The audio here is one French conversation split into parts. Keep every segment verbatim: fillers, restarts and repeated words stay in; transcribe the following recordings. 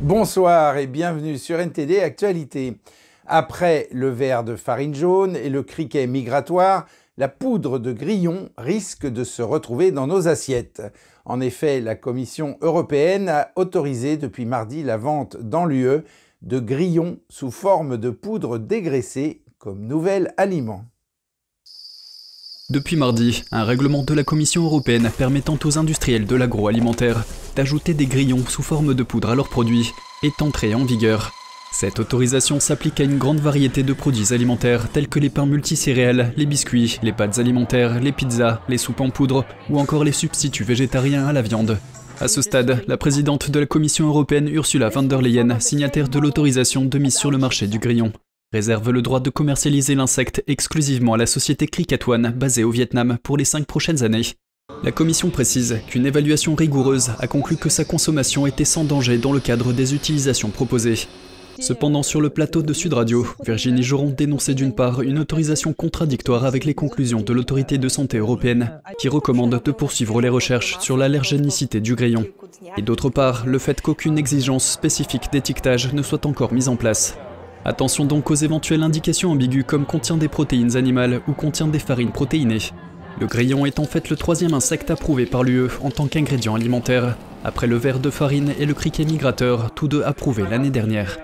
Bonsoir et bienvenue sur N T D Actualité. Après le ver de farine jaune et le criquet migratoire, la poudre de grillon risque de se retrouver dans nos assiettes. En effet, la Commission européenne a autorisé depuis mardi la vente dans l'U E de grillons sous forme de poudre dégraissée comme nouvel aliment. Depuis mardi, un règlement de la Commission européenne permettant aux industriels de l'agroalimentaire d'ajouter des grillons sous forme de poudre à leurs produits est entré en vigueur. Cette autorisation s'applique à une grande variété de produits alimentaires tels que les pains multicéréales, les biscuits, les pâtes alimentaires, les pizzas, les soupes en poudre ou encore les substituts végétariens à la viande. À ce stade, la présidente de la Commission européenne Ursula von der Leyen, signataire de l'autorisation de mise sur le marché du grillon, réserve le droit de commercialiser l'insecte exclusivement à la société Cricket One basée au Vietnam pour les cinq prochaines années. La Commission précise qu'une évaluation rigoureuse a conclu que sa consommation était sans danger dans le cadre des utilisations proposées. Cependant, sur le plateau de Sud Radio, Virginie Joron dénonçait d'une part une autorisation contradictoire avec les conclusions de l'autorité de santé européenne, qui recommande de poursuivre les recherches sur l'allergénicité du grillon, et d'autre part le fait qu'aucune exigence spécifique d'étiquetage ne soit encore mise en place. Attention donc aux éventuelles indications ambiguës comme contient des protéines animales ou contient des farines protéinées. Le grillon est en fait le troisième insecte approuvé par l'U E en tant qu'ingrédient alimentaire, après le ver de farine et le criquet migrateur, tous deux approuvés l'année dernière.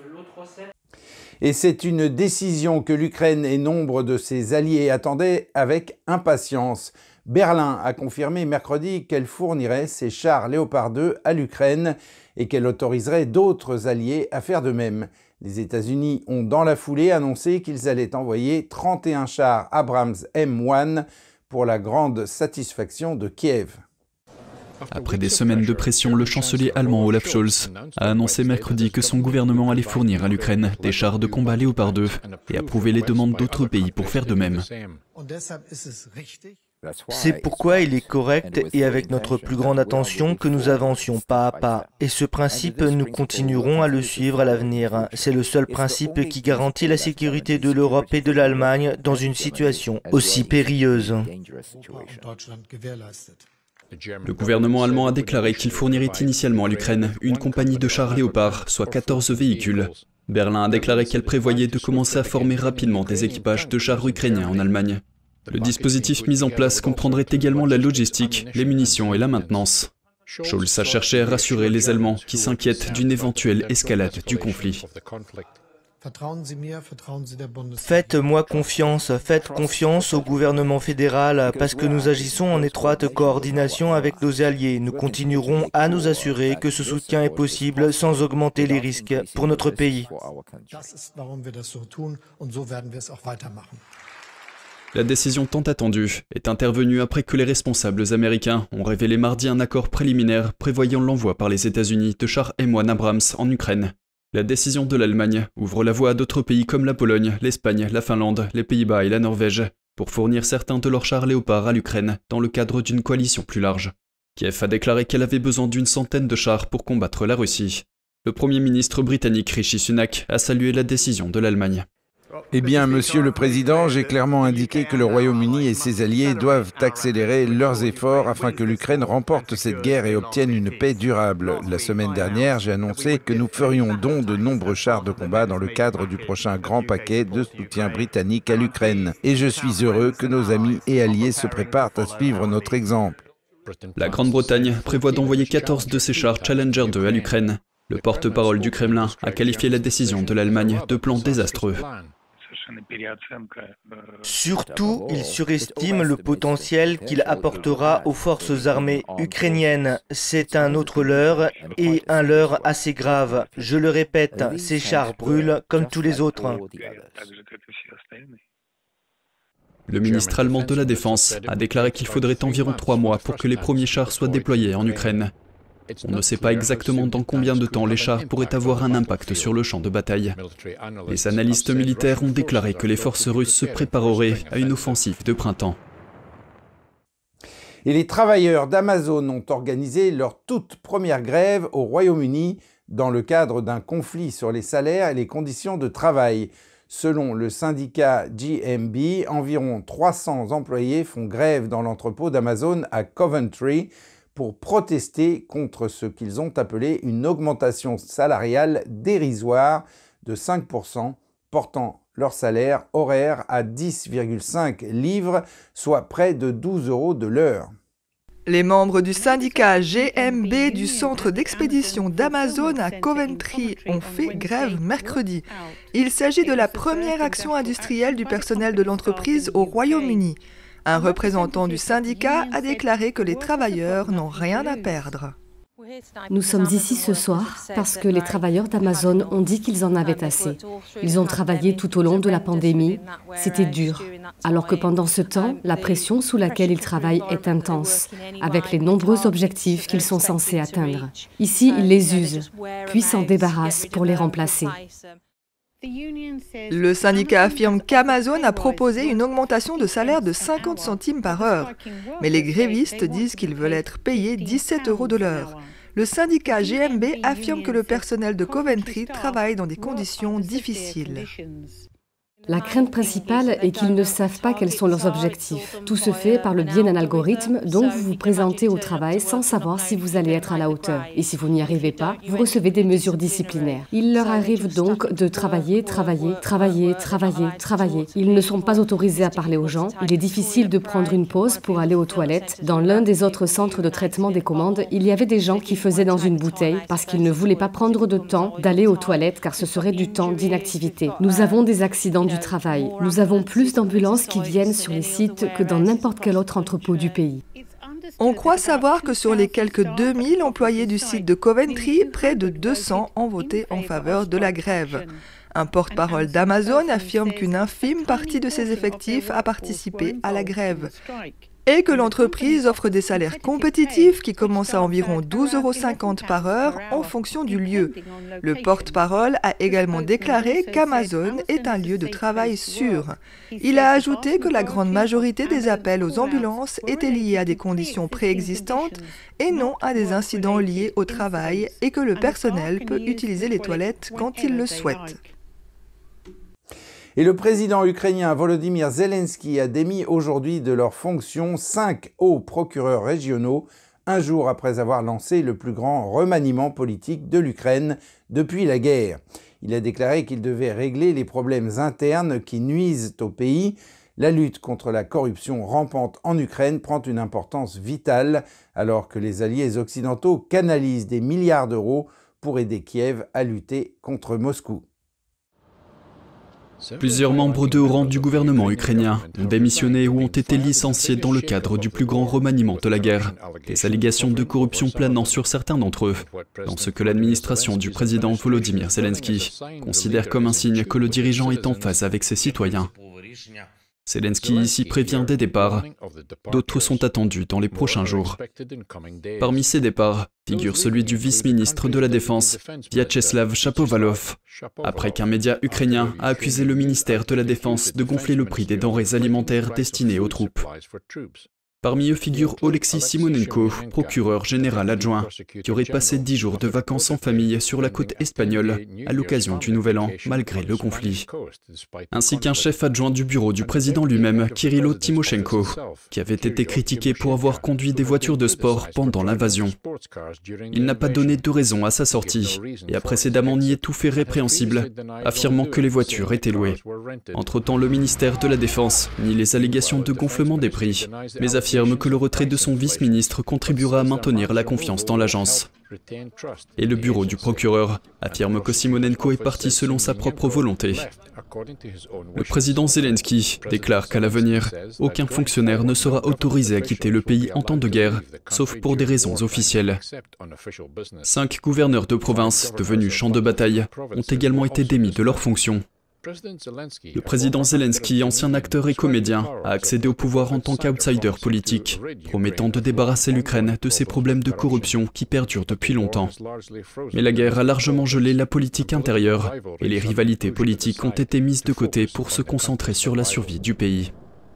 Et c'est une décision que l'Ukraine et nombre de ses alliés attendaient avec impatience. Berlin a confirmé mercredi qu'elle fournirait ses chars Léopard deux à l'Ukraine et qu'elle autoriserait d'autres alliés à faire de même. Les États-Unis ont dans la foulée annoncé qu'ils allaient envoyer trente et un chars Abrams M un pour la grande satisfaction de Kiev. Après des semaines de pression, le chancelier allemand Olaf Scholz a annoncé mercredi que son gouvernement allait fournir à l'Ukraine des chars de combat Léopard deux et approuver les demandes d'autres pays pour faire de même. C'est pourquoi il est correct et avec notre plus grande attention que nous avancions pas à pas. Et ce principe, nous continuerons à le suivre à l'avenir. C'est le seul principe qui garantit la sécurité de l'Europe et de l'Allemagne dans une situation aussi périlleuse. Le gouvernement allemand a déclaré qu'il fournirait initialement à l'Ukraine une compagnie de chars Léopard, soit quatorze véhicules. Berlin a déclaré qu'elle prévoyait de commencer à former rapidement des équipages de chars ukrainiens en Allemagne. Le dispositif mis en place comprendrait également la logistique, les munitions et la maintenance. Scholz a cherché à rassurer les Allemands qui s'inquiètent d'une éventuelle escalade du conflit. Faites-moi confiance, faites confiance au gouvernement fédéral parce que nous agissons en étroite coordination avec nos alliés. Nous continuerons à nous assurer que ce soutien est possible sans augmenter les risques pour notre pays. La décision tant attendue est intervenue après que les responsables américains ont révélé mardi un accord préliminaire prévoyant l'envoi par les États-Unis de chars M un Abrams en Ukraine. La décision de l'Allemagne ouvre la voie à d'autres pays comme la Pologne, l'Espagne, la Finlande, les Pays-Bas et la Norvège pour fournir certains de leurs chars Léopard à l'Ukraine dans le cadre d'une coalition plus large. Kiev a déclaré qu'elle avait besoin d'une centaine de chars pour combattre la Russie. Le Premier ministre britannique Rishi Sunak a salué la décision de l'Allemagne. Eh bien, Monsieur le Président, j'ai clairement indiqué que le Royaume-Uni et ses alliés doivent accélérer leurs efforts afin que l'Ukraine remporte cette guerre et obtienne une paix durable. La semaine dernière, j'ai annoncé que nous ferions don de nombreux chars de combat dans le cadre du prochain grand paquet de soutien britannique à l'Ukraine. Et je suis heureux que nos amis et alliés se préparent à suivre notre exemple. La Grande-Bretagne prévoit d'envoyer quatorze de ses chars Challenger deux à l'Ukraine. Le porte-parole du Kremlin a qualifié la décision de l'Allemagne de plan désastreux. Surtout, il surestime le potentiel qu'il apportera aux forces armées ukrainiennes. C'est un autre leurre, et un leurre assez grave. Je le répète, ces chars brûlent comme tous les autres. Le ministre allemand de la Défense a déclaré qu'il faudrait environ trois mois pour que les premiers chars soient déployés en Ukraine. On ne sait pas exactement dans combien de temps les chars pourraient avoir un impact sur le champ de bataille. Les analystes militaires ont déclaré que les forces russes se prépareraient à une offensive de printemps. Et les travailleurs d'Amazon ont organisé leur toute première grève au Royaume-Uni dans le cadre d'un conflit sur les salaires et les conditions de travail. Selon le syndicat G M B, environ trois cents employés font grève dans l'entrepôt d'Amazon à Coventry pour protester contre ce qu'ils ont appelé une augmentation salariale dérisoire de cinq pour cent, portant leur salaire horaire à dix virgule cinq livres, soit près de douze euros de l'heure. Les membres du syndicat G M B du centre d'expédition d'Amazon à Coventry ont fait grève mercredi. Il s'agit de la première action industrielle du personnel de l'entreprise au Royaume-Uni. Un représentant du syndicat a déclaré que les travailleurs n'ont rien à perdre. Nous sommes ici ce soir parce que les travailleurs d'Amazon ont dit qu'ils en avaient assez. Ils ont travaillé tout au long de la pandémie. C'était dur. Alors que pendant ce temps, la pression sous laquelle ils travaillent est intense, avec les nombreux objectifs qu'ils sont censés atteindre. Ici, ils les usent, puis s'en débarrassent pour les remplacer. Le syndicat affirme qu'Amazon a proposé une augmentation de salaire de cinquante centimes par heure. Mais les grévistes disent qu'ils veulent être payés dix-sept euros de l'heure. Le syndicat G M B affirme que le personnel de Coventry travaille dans des conditions difficiles. La crainte principale est qu'ils ne savent pas quels sont leurs objectifs. Tout se fait par le biais d'un algorithme, donc vous vous présentez au travail sans savoir si vous allez être à la hauteur. Et si vous n'y arrivez pas, vous recevez des mesures disciplinaires. Il leur arrive donc de travailler, travailler, travailler, travailler, travailler. Ils ne sont pas autorisés à parler aux gens. Il est difficile de prendre une pause pour aller aux toilettes. Dans l'un des autres centres de traitement des commandes, il y avait des gens qui faisaient dans une bouteille parce qu'ils ne voulaient pas prendre de temps d'aller aux toilettes car ce serait du temps d'inactivité. Nous avons des accidents du travail. Nous avons plus d'ambulances qui viennent sur les sites que dans n'importe quel autre entrepôt du pays. On croit savoir que sur les quelques deux mille employés du site de Coventry, près de deux cents ont voté en faveur de la grève. Un porte-parole d'Amazon affirme qu'une infime partie de ses effectifs a participé à la grève et que l'entreprise offre des salaires compétitifs qui commencent à environ douze euros cinquante par heure en fonction du lieu. Le porte-parole a également déclaré qu'Amazon est un lieu de travail sûr. Il a ajouté que la grande majorité des appels aux ambulances étaient liés à des conditions préexistantes et non à des incidents liés au travail et que le personnel peut utiliser les toilettes quand il le souhaite. Et le président ukrainien Volodymyr Zelensky a démis aujourd'hui de leurs fonctions cinq hauts procureurs régionaux, un jour après avoir lancé le plus grand remaniement politique de l'Ukraine depuis la guerre. Il a déclaré qu'il devait régler les problèmes internes qui nuisent au pays. La lutte contre la corruption rampante en Ukraine prend une importance vitale alors que les alliés occidentaux canalisent des milliards d'euros pour aider Kiev à lutter contre Moscou. Plusieurs membres de haut rang du gouvernement ukrainien ont démissionné ou ont été licenciés dans le cadre du plus grand remaniement de la guerre. Des allégations de corruption planant sur certains d'entre eux, dans ce que l'administration du président Volodymyr Zelensky considère comme un signe que le dirigeant est en phase avec ses citoyens. Zelensky ici prévient des départs. D'autres sont attendus dans les prochains jours. Parmi ces départs figure celui du vice-ministre de la Défense, Vyacheslav Shapovalov, après qu'un média ukrainien a accusé le ministère de la Défense de gonfler le prix des denrées alimentaires destinées aux troupes. Parmi eux figure Oleksiy Simonenko, procureur général adjoint, qui aurait passé dix jours de vacances en famille sur la côte espagnole à l'occasion du Nouvel An, malgré le conflit. Ainsi qu'un chef adjoint du bureau du président lui-même, Kirilo Timoshenko, qui avait été critiqué pour avoir conduit des voitures de sport pendant l'invasion. Il n'a pas donné de raison à sa sortie et a précédemment nié tout fait répréhensible, affirmant que les voitures étaient louées. Entre-temps, le ministère de la Défense nie les allégations de gonflement des prix, mais affirme que le retrait de son vice-ministre contribuera à maintenir la confiance dans l'agence. Et le bureau du procureur affirme que Simonenko est parti selon sa propre volonté. Le président Zelensky déclare qu'à l'avenir, aucun fonctionnaire ne sera autorisé à quitter le pays en temps de guerre, sauf pour des raisons officielles. Cinq gouverneurs de province, devenus champs de bataille, ont également été démis de leurs fonctions. Le président Zelensky, ancien acteur et comédien, a accédé au pouvoir en tant qu'outsider politique, promettant de débarrasser l'Ukraine de ses problèmes de corruption qui perdurent depuis longtemps. Mais la guerre a largement gelé la politique intérieure et les rivalités politiques ont été mises de côté pour se concentrer sur la survie du pays.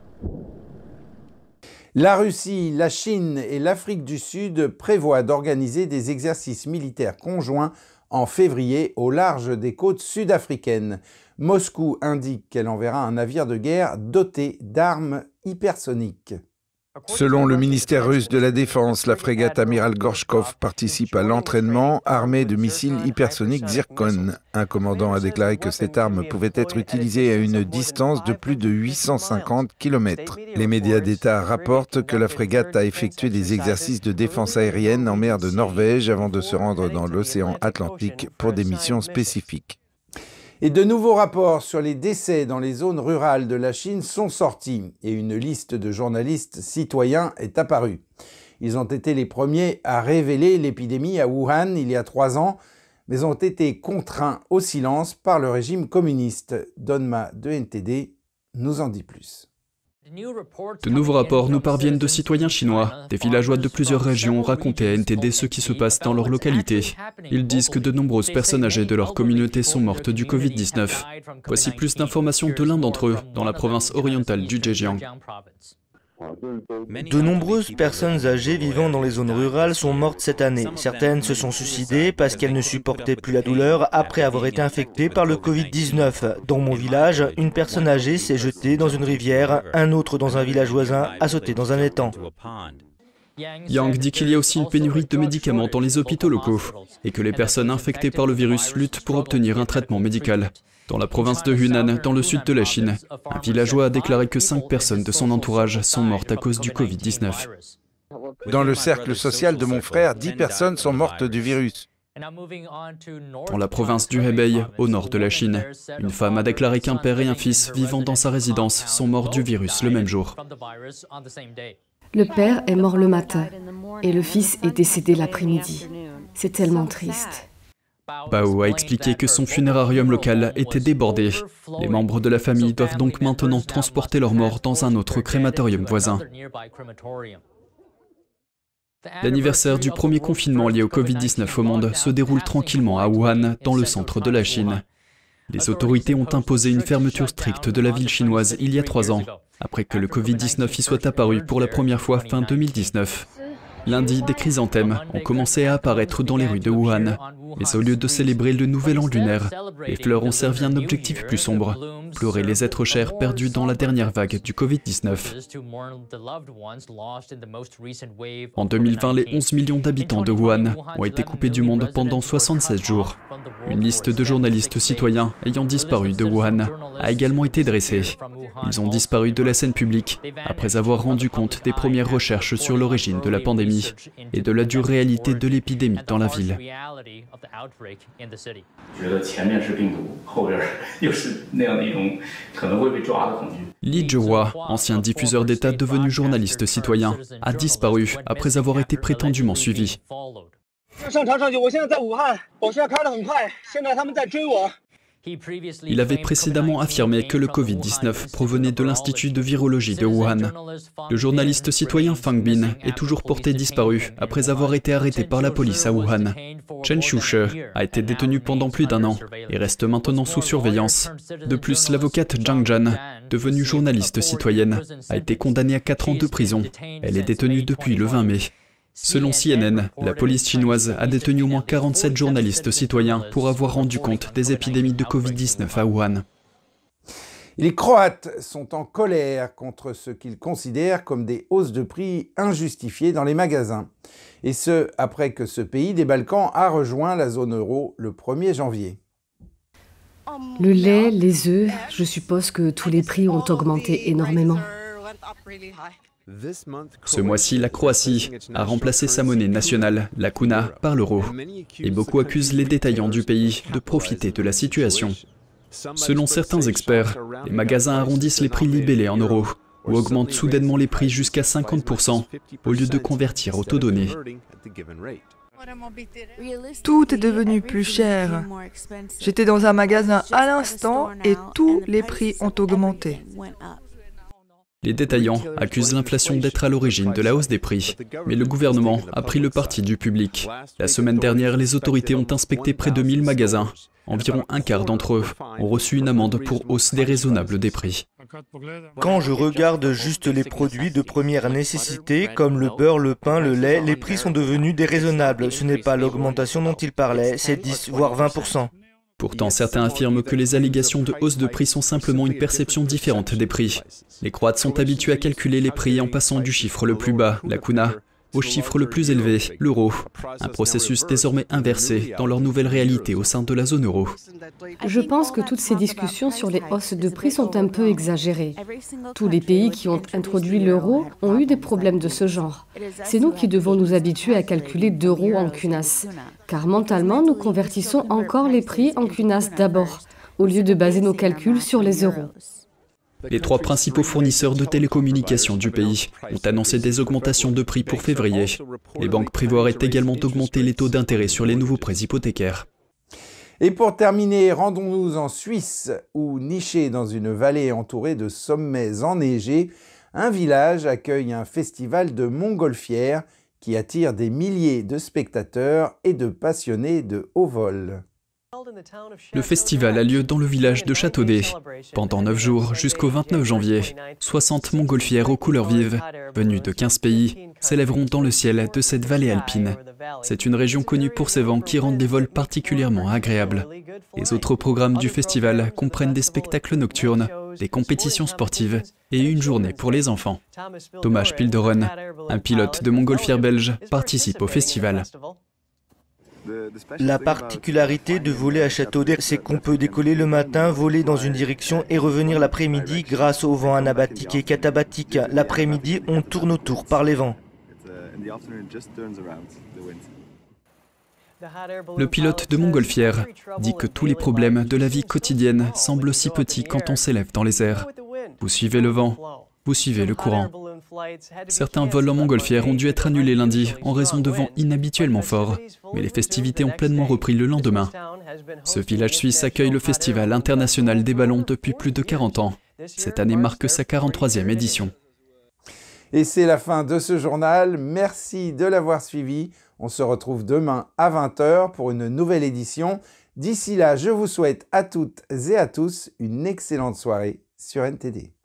La Russie, la Chine et l'Afrique du Sud prévoient d'organiser des exercices militaires conjoints en février au large des côtes sud-africaines. Moscou indique qu'elle enverra un navire de guerre doté d'armes hypersoniques. Selon le ministère russe de la Défense, la frégate Amiral Gorchkov participe à l'entraînement armée de missiles hypersoniques Zircon. Un commandant a déclaré que cette arme pouvait être utilisée à une distance de plus de huit cent cinquante kilomètres. Les médias d'État rapportent que la frégate a effectué des exercices de défense aérienne en mer de Norvège avant de se rendre dans l'océan Atlantique pour des missions spécifiques. Et de nouveaux rapports sur les décès dans les zones rurales de la Chine sont sortis et une liste de journalistes citoyens est apparue. Ils ont été les premiers à révéler l'épidémie à Wuhan il y a trois ans, mais ont été contraints au silence par le régime communiste. Donma de N T D nous en dit plus. De nouveaux rapports nous parviennent de citoyens chinois. Des villageois de plusieurs régions ont raconté à N T D ce qui se passe dans leur localité. Ils disent que de nombreuses personnes âgées de leur communauté sont mortes du Covid dix-neuf. Voici plus d'informations de l'un d'entre eux, dans la province orientale du Zhejiang. De nombreuses personnes âgées vivant dans les zones rurales sont mortes cette année. Certaines se sont suicidées parce qu'elles ne supportaient plus la douleur après avoir été infectées par le Covid dix-neuf. Dans mon village, une personne âgée s'est jetée dans une rivière, un autre dans un village voisin a sauté dans un étang. Yang dit qu'il y a aussi une pénurie de médicaments dans les hôpitaux locaux et que les personnes infectées par le virus luttent pour obtenir un traitement médical. Dans la province de Hunan, dans le sud de la Chine, un villageois a déclaré que cinq personnes de son entourage sont mortes à cause du Covid dix-neuf. Dans le cercle social de mon frère, dix personnes sont mortes du virus. Dans la province du Hebei, au nord de la Chine, une femme a déclaré qu'un père et un fils vivant dans sa résidence sont morts du virus le même jour. Le père est mort le matin et le fils est décédé l'après-midi. C'est tellement triste. Bao a expliqué que son funérarium local était débordé. Les membres de la famille doivent donc maintenant transporter leurs morts dans un autre crématorium voisin. L'anniversaire du premier confinement lié au Covid dix-neuf au monde se déroule tranquillement à Wuhan, dans le centre de la Chine. Les autorités ont imposé une fermeture stricte de la ville chinoise il y a trois ans, après que le Covid dix-neuf y soit apparu pour la première fois fin deux mille dix-neuf. Lundi, des chrysanthèmes ont commencé à apparaître dans les rues de Wuhan. Mais au lieu de célébrer le nouvel an lunaire, les fleurs ont servi un objectif plus sombre, pleurer les êtres chers perdus dans la dernière vague du Covid dix-neuf. En deux mille vingt, les onze millions d'habitants de Wuhan ont été coupés du monde pendant soixante-seize jours. Une liste de journalistes citoyens ayant disparu de Wuhan a également été dressée. Ils ont disparu de la scène publique après avoir rendu compte des premières recherches sur l'origine de la pandémie et de la dure réalité de l'épidémie dans la ville. Li Zhehua, ancien diffuseur d'État devenu journaliste citoyen, a disparu après avoir été prétendument suivi. Il avait précédemment affirmé que le Covid dix-neuf provenait de l'Institut de virologie de Wuhan. Le journaliste citoyen Fang Bin est toujours porté disparu après avoir été arrêté par la police à Wuhan. Chen Xiushe a été détenu pendant plus d'un an et reste maintenant sous surveillance. De plus, l'avocate Zhang Zhan, devenue journaliste citoyenne, a été condamnée à quatre ans de prison. Elle est détenue depuis le vingt mai. Selon C N N, la police chinoise a détenu au moins quarante-sept journalistes citoyens pour avoir rendu compte des épidémies de Covid dix-neuf à Wuhan. Les Croates sont en colère contre ce qu'ils considèrent comme des hausses de prix injustifiées dans les magasins. Et ce, après que ce pays des Balkans a rejoint la zone euro le premier janvier. Le lait, les œufs, je suppose que tous les prix ont augmenté énormément. Ce mois-ci, la Croatie a remplacé sa monnaie nationale, la kuna, par l'euro. Et beaucoup accusent les détaillants du pays de profiter de la situation. Selon certains experts, les magasins arrondissent les prix libellés en euros ou augmentent soudainement les prix jusqu'à cinquante pour cent au lieu de convertir au taux donné. Tout est devenu plus cher. J'étais dans un magasin à l'instant et tous les prix ont augmenté. Les détaillants accusent l'inflation d'être à l'origine de la hausse des prix, mais le gouvernement a pris le parti du public. La semaine dernière, les autorités ont inspecté près de mille magasins. Environ un quart d'entre eux ont reçu une amende pour hausse déraisonnable des prix. Quand je regarde juste les produits de première nécessité, comme le beurre, le pain, le lait, les prix sont devenus déraisonnables. Ce n'est pas l'augmentation dont il parlait, c'est dix voire vingt pour cent. Pourtant, certains affirment que les allégations de hausse de prix sont simplement une perception différente des prix. Les Croates sont habitués à calculer les prix en passant du chiffre le plus bas, la kuna, au chiffre le plus élevé, l'euro. Un processus désormais inversé dans leur nouvelle réalité au sein de la zone euro. Je pense que toutes ces discussions sur les hausses de prix sont un peu exagérées. Tous les pays qui ont introduit l'euro ont eu des problèmes de ce genre. C'est nous qui devons nous habituer à calculer d'euros en kunas. Car mentalement, nous convertissons encore les prix en kunas d'abord, au lieu de baser nos calculs sur les euros. Les trois principaux fournisseurs de télécommunications du pays ont annoncé des augmentations de prix pour février. Les banques prévoiraient également d'augmenter les taux d'intérêt sur les nouveaux prêts hypothécaires. Et pour terminer, rendons-nous en Suisse, où, niché dans une vallée entourée de sommets enneigés, un village accueille un festival de montgolfières qui attire des milliers de spectateurs et de passionnés de haut vol. Le festival a lieu dans le village de Châteaudet. Pendant neuf jours, jusqu'au vingt-neuf janvier, soixante montgolfières aux couleurs vives, venues de quinze pays, s'élèveront dans le ciel de cette vallée alpine. C'est une région connue pour ses vents qui rendent les vols particulièrement agréables. Les autres programmes du festival comprennent des spectacles nocturnes, des compétitions sportives et une journée pour les enfants. Thomas Spilderen, un pilote de montgolfière belge, participe au festival. La particularité de voler à Châteaudet, c'est qu'on peut décoller le matin, voler dans une direction et revenir l'après-midi grâce au vent anabatique et katabatique. L'après-midi, on tourne autour par les vents. Le pilote de montgolfière dit que tous les problèmes de la vie quotidienne semblent si petits quand on s'élève dans les airs. Vous suivez le vent, vous suivez le courant. Certains vols en montgolfière ont dû être annulés lundi en raison de vents inhabituellement forts, mais les festivités ont pleinement repris le lendemain. Ce village suisse accueille le Festival international des ballons depuis plus de quarante ans. Cette année marque sa quarante-troisième édition. Et c'est la fin de ce journal. Merci de l'avoir suivi. On se retrouve demain à vingt heures pour une nouvelle édition. D'ici là, je vous souhaite à toutes et à tous une excellente soirée sur N T D.